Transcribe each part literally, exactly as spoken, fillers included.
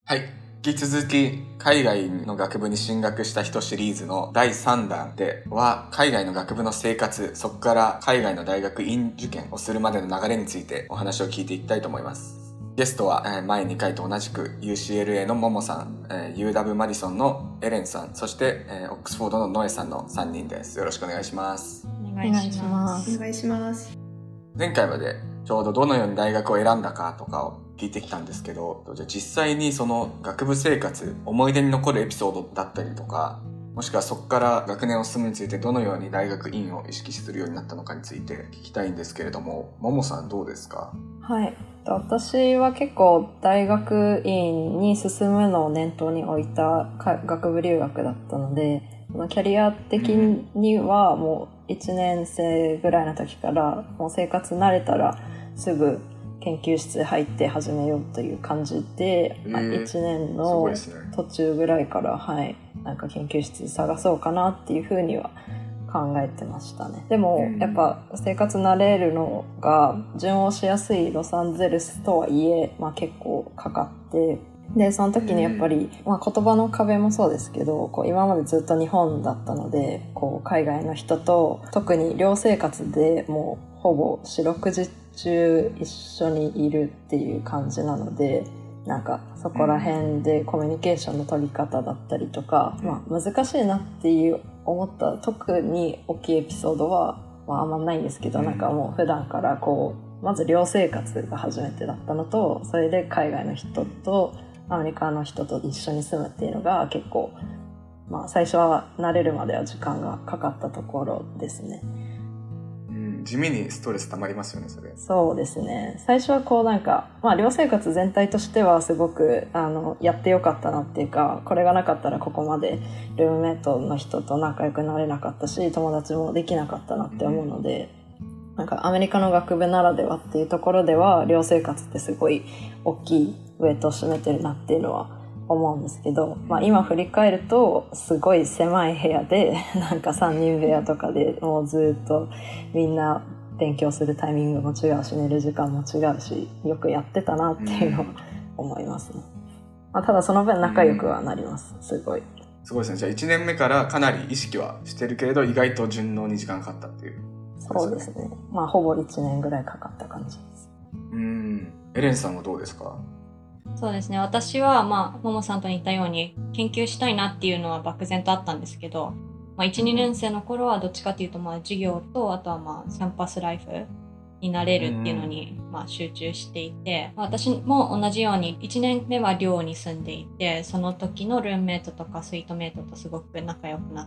はい。引き続き、海外の学部に進学した人シリーズのだいさんだんでは、海外の学部の生活、そこから海外の大学院受験をするまでの流れについてお話を聞いていきたいと思います。ゲストは、えー、前にかいと同じく ユーシーエルエー のももさん、えー、ユーダブリュー マディソンのエレンさん、そして、えー、オックスフォードのノエさんのさんにんです。よろしくお願いします。 お願いします。 お願いします。 前回までちょうどどのように大学を選んだかとかを聞いてきたんですけど、じゃあ実際にその学部生活、思い出に残るエピソードだったりとか、もしくはそこから学年を進むについてどのように大学院を意識するようになったのかについて聞きたいんですけれども、ももさんどうですか？ はい。私は結構大学院に進むのを念頭に置いた学部留学だったので、キャリア的にはもういちねん生ぐらいの時からもう生活慣れたらすぐ研究室入って始めようという感じで、 えー、 いちねんの途中ぐらいから、はい、なんか研究室探そうかなっていうふうには考えてましたね。でもやっぱ生活慣れるのが順応しやすいロサンゼルスとはいえ、まあ、結構かかって、でその時にやっぱり、まあ、言葉の壁もそうですけど、こう今までずっと日本だったので、こう海外の人と特に寮生活でもうほぼ四六時中一緒にいるっていう感じなので、なんかそこら辺でコミュニケーションの取り方だったりとか、まあ、難しいなっていう思った特に大きいエピソードは、まあ、あんまないんですけど、なんかもう普段からこうまず寮生活が初めてだったのと、それで海外の人とアメリカの人と一緒に住むっていうのが結構、まあ、最初は慣れるまでは時間がかかったところですね。 うん、地味にストレス溜まりますよね、それ。 そうですね。最初はこうなんか、まあ寮生活全体としてはすごくあのやってよかったなっていうか、これがなかったらここまでルームメイトの人と仲良くなれなかったし、友達もできなかったなって思うので、うん、なんかアメリカの学部ならではっていうところでは寮生活ってすごい大きいウェイトを占めてるなっていうのは思うんですけど、まあ、今振り返るとすごい狭い部屋でなんかさんにん部屋とかでもうずっとみんな勉強するタイミングも違うし、寝る時間も違うし、よくやってたなっていうのは思いますね。まあ、ただその分仲良くはなります。すごいすごいですね。じゃあいちねんめからかなり意識はしてるけれど、意外と順応に時間かかったっていう。 そうですね。まあほぼいちねんぐらいかかった感じです。 うーん。エレンさんはどうですか？ そうですね。私は、まあ、ももさんと似たように研究したいなっていうのは漠然とあったんですけど、まあ、いち、にねん生の頃はどっちかというと、まあ、授業と、あとはまあ、キャンパスライフになれるっていうのに、まあ、集中していて、私も同じようにいちねんめは寮に住んでいて、その時のルームメイトとかスイートメイトとすごく仲良くなって、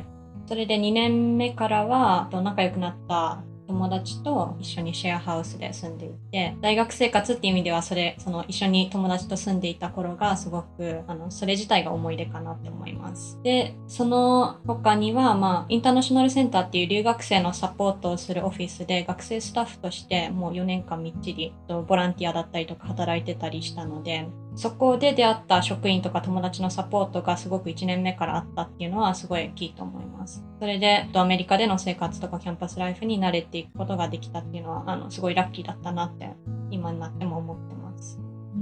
それでにねんめからは仲良くなった友達と一緒にシェアハウスで住んでいて、大学生活っていう意味ではそれその一緒に友達と住んでいた頃がすごくあのそれ自体が思い出かなって思います。でその他には、まあ、インターナショナルセンターっていう留学生のサポートをするオフィスで学生スタッフとしてもうよねんかんみっちりボランティアだったりとか働いてたりしたので、そこで出会った職員とか友達のサポートがすごくいちねんめからあったっていうのはすごい大きいと思います。それでアメリカでの生活とかキャンパスライフに慣れていくことができたっていうのはあのすごいラッキーだったなって今になっても思ってます。 うん、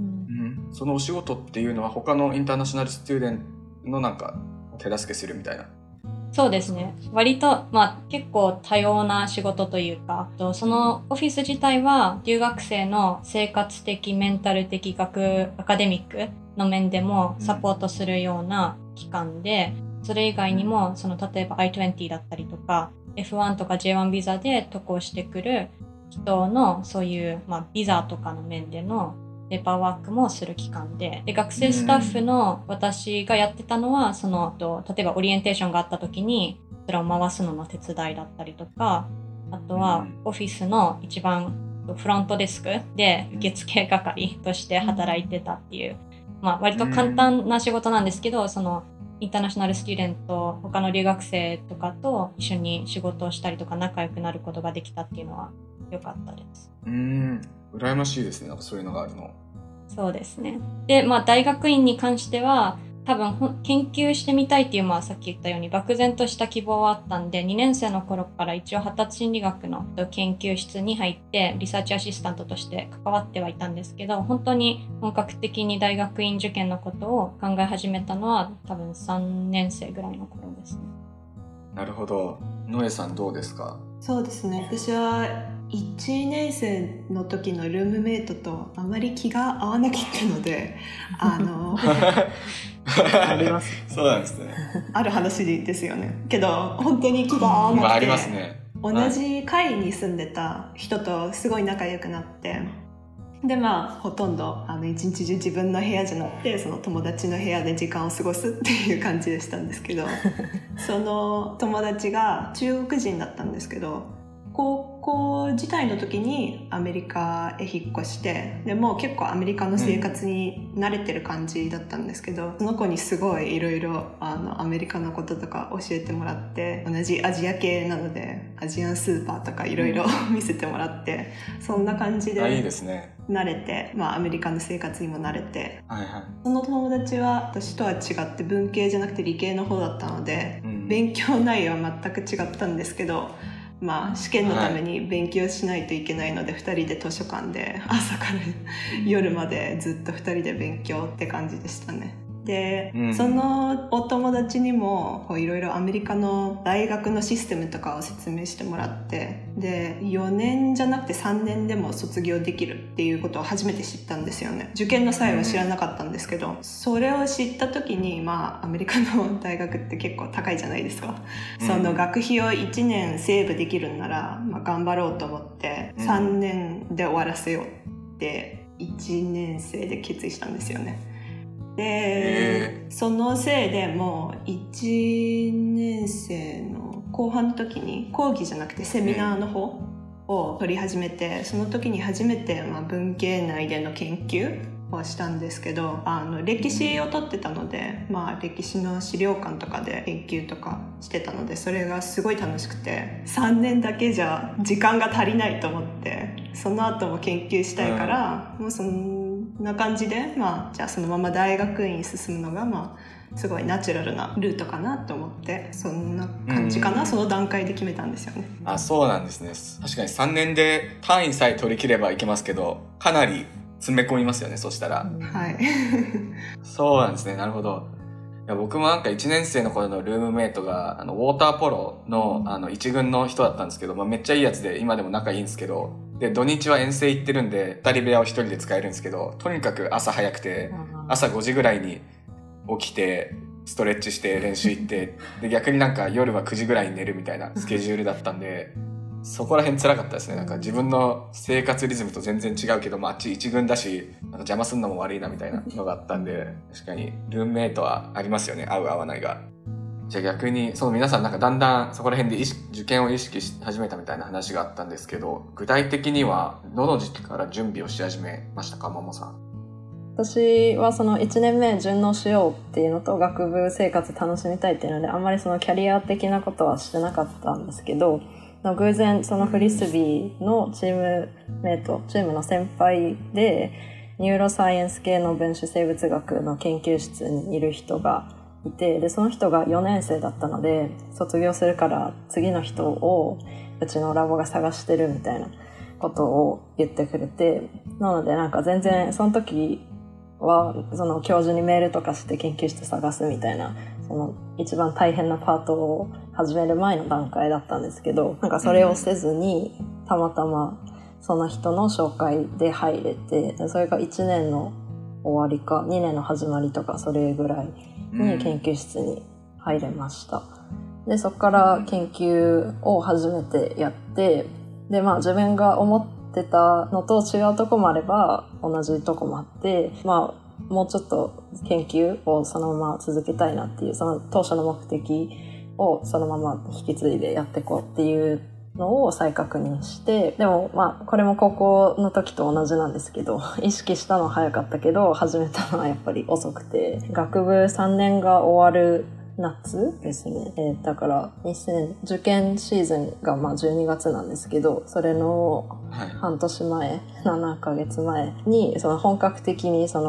そのお仕事っていうのは他のインターナショナルスチューデントのなんか手助けするみたいな？ そうですね。割と、まあ、結構多様な仕事というか、そのオフィス自体は留学生の生活的、メンタル的、学、アカデミックの面でもサポートするような機関で、それ以外にも、その例えば アイトゥエンティー だったりとか、エフワン とか ジェイワン ビザで渡航してくる人のそういう、まあ、ビザとかの面でのペーパーワークもする機関 で, で学生スタッフの私がやってたのはその例えばオリエンテーションがあった時にそれを回すのの手伝いだったりとか、あとはオフィスの一番フロントデスクで受付係として働いてたっていう、まあ、割と簡単な仕事なんですけど、そのインターナショナルスチューデント他の留学生とかと一緒に仕事をしたりとか仲良くなることができたっていうのは良かったです。 うーん、羨ましいですね。なんかそういうのがあるの。 そうですね。で、まあ大学院に関しては多分研究してみたいっていう、まあさっき言ったように漠然とした希望はあったんで、にねん生の頃から一応発達心理学の研究室に入ってリサーチアシスタントとして関わってはいたんですけど、本当に本格的に大学院受験のことを考え始めたのは多分さんねん生ぐらいの頃ですね。 なるほど。ノエさんどうですか？ そうですね、私はいちねん生の時のルームメイトとあまり気が合わなかったのであのあります。 そうなんですね。 ある話ですよね。けど本当に気が合わなくて、 まあ、ありますね。 同じ階に住んでた人とすごい仲良くなって、でまあほとんどあの一日中自分の部屋じゃなくてその友達の部屋で時間を過ごすっていう感じでしたんですけどその友達が中国人だったんですけど、高校自体の時にアメリカへ引っ越して、でもう結構アメリカの生活に慣れてる感じだったんですけど、うん、その子にすごいいろいろアメリカのこととか教えてもらって、同じアジア系なのでアジアンスーパーとかいろいろ見せてもらって、そんな感じでいいですね。 慣れて、まあ、アメリカの生活にも慣れて、 はいはい、 その友達は私とは違って文系じゃなくて理系の方だったので、うん、勉強内容は全く違ったんですけど、まあ、試験のために勉強しないといけないので、はい、ふたりで図書館で朝から夜までずっとふたりで勉強って感じでしたね。で、うん、そのお友達にもいろいろアメリカの大学のシステムとかを説明してもらって、でよねんじゃなくてさんねんでも卒業できるっていうことを初めて知ったんですよね。受験の際は知らなかったんですけど、うん、それを知った時に、まあアメリカの大学って結構高いじゃないですか、うん、その学費をいちねんセーブできるんなら、まあ、頑張ろうと思ってさんねんで終わらせようっていちねん生で決意したんですよね。でそのせいでもういちねん生の後半の時に講義じゃなくてセミナーの方を取り始めて、その時に初めてまあ文系内での研究をしたんですけど、あの歴史を取ってたので、まあ、歴史の資料館とかで研究とかしてたので、それがすごい楽しくて、さんねんだけじゃ時間が足りないと思って、その後も研究したいから、うん、もうそのこんな感じで、まあ、じゃあそのまま大学院に進むのが、まあ、すごいナチュラルなルートかなと思って、そんな感じかな、その段階で決めたんですよね。 あ、そうなんですね。確かにさんねんで単位さえ取り切ればいけますけど、かなり詰め込みますよね、そしたら。 はい。 そうなんですね、なるほど。いや僕もなんかいちねん生の頃のルームメイトがあのウォーターポロ の, あの一軍の人だったんですけど、まあ、めっちゃいいやつで今でも仲いいんですけど、で土日は遠征行ってるんでふたり部屋をひとりで使えるんですけど、とにかく朝早くて朝ごじぐらいに起きてストレッチして練習行ってで逆になんか夜はくじぐらいに寝るみたいなスケジュールだったんでそこら辺辛かったですね。なんか自分の生活リズムと全然違うけど、まあ、あっち一軍だしなんか邪魔すんのも悪いなみたいなのがあったんで、確かにルームメイトはありますよね、合う合わないが。じゃあ逆にその皆さんなんかだんだんそこら辺で意識受験を意識し始めたみたいな話があったんですけど、具体的にはどの時期から準備をし始めましたか、ももさん。 私はそのいちねんめ順応しようっていうのと学部生活楽しみたいっていうのであんまりそのキャリア的なことはしてなかったんですけど、偶然そのフリスビーのチームメイト、チームの先輩でニューロサイエンス系の分子生物学の研究室にいる人がいて、でその人がよねん生だったので卒業するから次の人をうちのラボが探してるみたいなことを言ってくれて、なのでなんか全然その時はその教授にメールとかして研究室探すみたいなその一番大変なパートを始める前の段階だったんですけど、なんかそれをせずにたまたまその人の紹介で入れて、それがいちねんの終わりかにねんの始まりとかそれぐらいに研究室に入れました。でそこから研究を初めてやって、でまあ自分が思ってたのと違うとこもあれば同じとこもあって、まあもうちょっと研究をそのまま続けたいなっていうその当初の目的をそのまま引き継いでやっていこうっていうのを再確認して、でもまあこれも高校の時と同じなんですけど、意識したのは早かったけど始めたのはやっぱり遅くて、学部さんねんが終わる夏ですね、えー、だからにせん受験シーズンがまあじゅうにがつなんですけど、それの半年前、はい、ななかげつまえにその本格的にその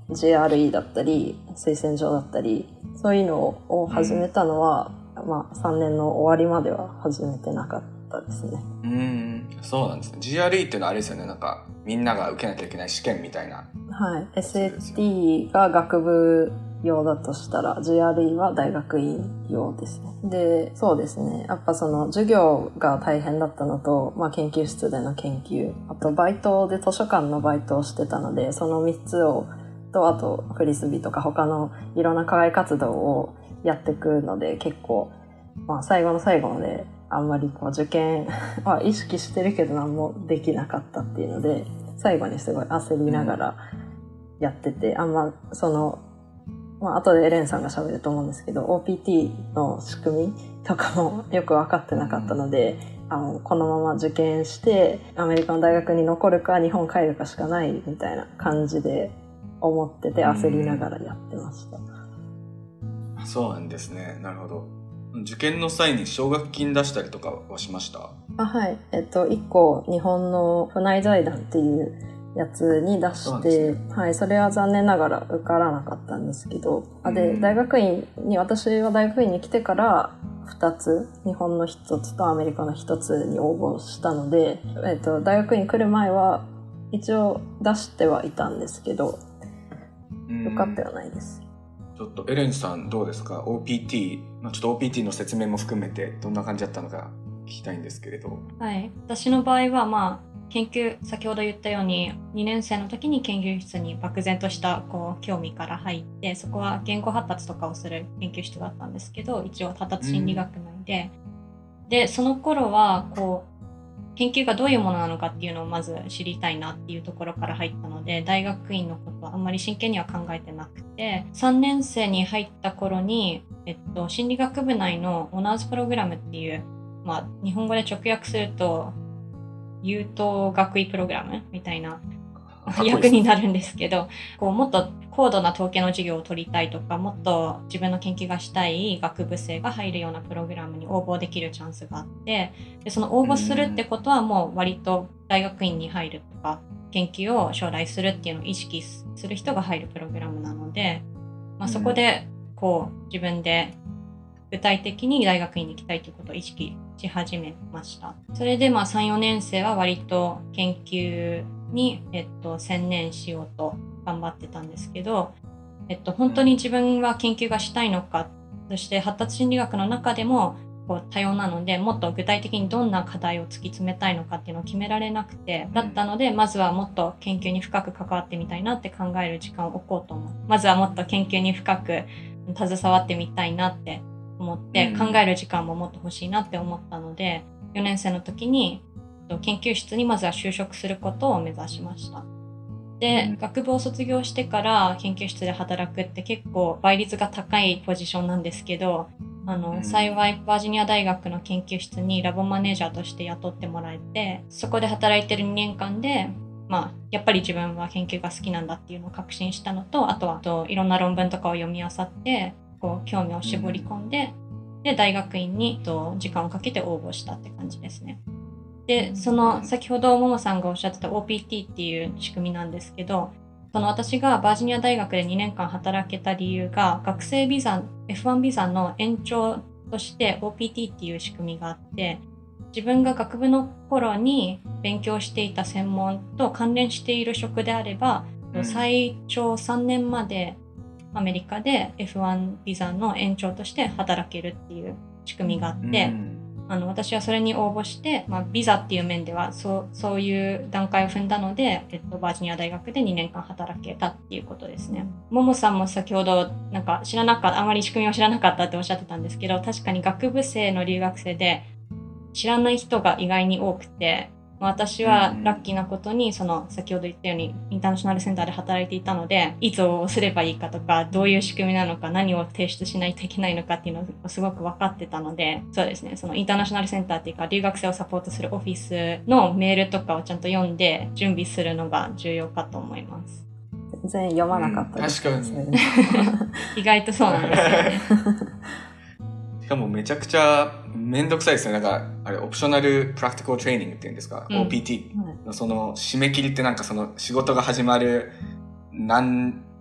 ジーアールイー だったり推薦状だったりそういうのを始めたのは、うんまあ、さんねんの終わりまでは始めてなかったですね。 うーんそうなんですね。 ジーアールイー っていうのはあれですよね、なんかみんなが受けなきゃいけない試験みたいな。 はい、エスエーティー が学部用だとしたら ジーアールイー は大学院用ですね。で、そうですね。やっぱその授業が大変だったのと、まあ研究室での研究、あとバイトで図書館のバイトをしてたので、そのみっつをと、あとフリスビーとか他のいろんな課外活動をやっていくので、結構まあ最後の最後まであんまりこう受験は意識してるけど何もできなかったっていうので、最後にすごい焦りながらやってて、あんまそのまあ後でエレンさんが喋ると思うんですけど オーピーティー の仕組みとかもよく分かってなかったので、あのこのまま受験してアメリカの大学に残るか日本帰るかしかないみたいな感じで思ってて焦りながらやってました。 そうなんですね。なるほど。受験の際に奨学金出したりとかはしました？ あはい、えっといっこ日本の府内財団っていうやつに出して、ね、はい、それは残念ながら受からなかったんですけど、あで大学院に私は大学院に来てからふたつ、日本のひとつとアメリカのひとつに応募したので、えっと大学院に来る前は一応出してはいたんですけど受かってはないです。 ちょっとエレンさんどうですか？ オーピーティー、まあ、ちょっと オーピーティー の説明も含めてどんな感じだったのか聞きたいんですけれど。 はい、私の場合はまあ研究、先ほど言ったようににねん生の時に研究室に漠然としたこう興味から入って、そこは言語発達とかをする研究室だったんですけど、一応発達心理学内で、うん、でその頃はこう研究がどういうものなのかっていうのをまず知りたいなっていうところから入ったので、大学院のことはあんまり真剣には考えてなくて、さんねん生に入った頃に、えっと、心理学部内のオナーズプログラムっていう、まあ、日本語で直訳すると優等学位プログラムみたいな役になるんですけど、こうもっと高度な統計の授業を取りたいとか、もっと自分の研究がしたい学部生が入るようなプログラムに応募できるチャンスがあって、でその応募するってことはもう割と大学院に入るとか研究を将来するっていうのを意識する人が入るプログラムなので、まあ、そこでこう自分で具体的に大学院に行きたいということを意識し始めました。それでまあさん、よねん生は割と研究に、えっと、専念しようと頑張ってたんですけど、えっと、本当に自分は研究がしたいのか、そして発達心理学の中でもこう多様なので、もっと具体的にどんな課題を突き詰めたいのかっていうのを決められなくて、だったのでまずはもっと研究に深く関わってみたいなって考える時間を置こうと思う。まずはもっと研究に深く携わってみたいなって思って、考える時間ももっと欲しいなって思ったので、よねん生の時に研究室にまずは就職することを目指しました。で、学部を卒業してから研究室で働くって結構倍率が高いポジションなんですけど、あの幸いバージニア大学の研究室にラボマネージャーとして雇ってもらえて、そこで働いてるにねんかんで、まあ、やっぱり自分は研究が好きなんだっていうのを確信したのと、あとはといろんな論文とかを読み漁ってこう興味を絞り込んで、で大学院にと時間をかけて応募したって感じですね。で、その先ほどももさんがおっしゃってた オーピーティー っていう仕組みなんですけど、その私がバージニア大学でにねんかん働けた理由が、学生ビザ エフワン ビザの延長として オーピーティー っていう仕組みがあって、自分が学部の頃に勉強していた専門と関連している職であれば、うん、最長さんねんまでアメリカで エフワン ビザの延長として働けるっていう仕組みがあって、うんあの私はそれに応募して、まあ、ビザっていう面ではそう、そういう段階を踏んだので、えっと、バージニア大学でにねんかん働けたっていうことですね。ももさんも先ほどなんか知らなかった、あまり仕組みを知らなかったっておっしゃってたんですけど、確かに学部生の留学生で知らない人が意外に多くて、私はラッキーなことにその先ほど言ったようにインターナショナルセンターで働いていたので、いつをすればいいかとか、どういう仕組みなのか、何を提出しないといけないのかっていうのをすごく分かってたので、そうですね、そのインターナショナルセンターっていうか留学生をサポートするオフィスのメールとかをちゃんと読んで準備するのが重要かと思います。 全然読まなかったです、 うん、確かに意外とそうなんですよね。 しかもめちゃくちゃめんどくさいですね。なんかあれオプショナルプラクティカルトレーニングっていうんですか、うん、オーピーティー のその締め切りってなんかその仕事が始まる何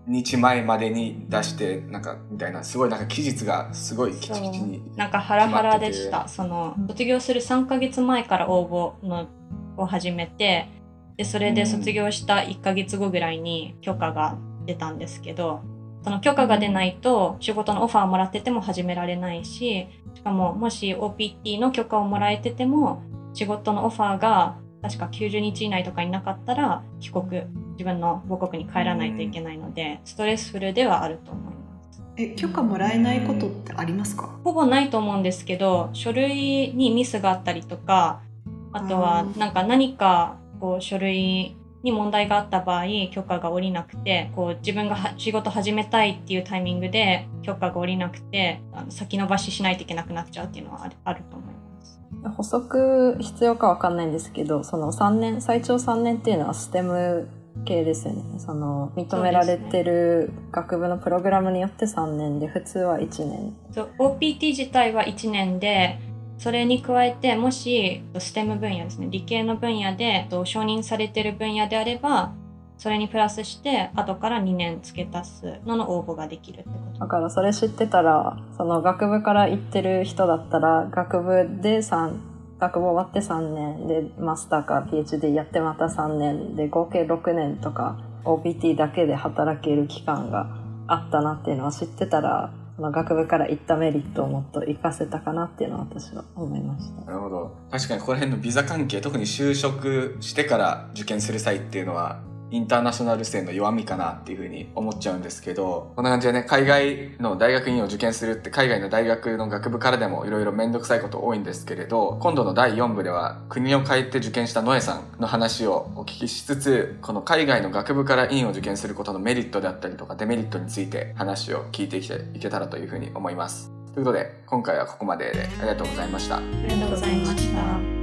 日前までに出してなんかみたいな、すごいなんか期日がすごいきちきちになんかハラハラでした。その卒業するさんかげつまえから応募のを始めて、でそれで卒業したいっかげつごぐらいに許可が出たんですけど、その許可が出ないと仕事のオファーもらってても始められないし、しかももし オーピーティー の許可をもらえてても仕事のオファーが確かきゅうじゅうにち以内とかになかったら帰国、自分の母国に帰らないといけないので、ストレスフルではあると思います。 え、許可もらえないことってありますか？ ほぼないと思うんですけど、書類にミスがあったりとか、あとはなんか何かこう書類に問題があった場合許可が下りなくて、こう自分が仕事始めたいっていうタイミングで許可が下りなくて、あの先延ばししないといけなくなっちゃうっていうのはある、あると思います。 補足必要かわかんないんですけど、そのさんねん、最長さんねんっていうのはステム系ですよね。その認められてる学部のプログラムによってさんねんで、普通はいちねん。 そう、オーピーティー 自体はいちねんで、それに加えてもしステム分野ですね、理系の分野で承認されている分野であれば、それにプラスして後からにねん付け足すのの応募ができるってこと。 だからそれ知ってたら、その学部から行ってる人だったら、学部でさん学部終わってさんねんでマスターか ピーエイチディー やってまたさんねんで合計ろくねんとか オーピーティー だけで働ける期間があったなっていうのを知ってたら、その学部から行ったメリットをもっと活かせたかなっていうのは私は思いました。 なるほど。確かにここら辺のビザ関係、特に就職してから受験する際っていうのはインターナショナル生の弱みかなっていうふうに思っちゃうんですけど、こんな感じでね、海外の大学院を受験するって海外の大学の学部からでもいろいろめんどくさいこと多いんですけれど、今度のだいよん部では国を変えて受験したノエさんの話をお聞きしつつ、この海外の学部から院を受験することのメリットであったりとかデメリットについて話を聞いていけたらというふうに思います。ということで今回はここまででありがとうございました。 ありがとうございました。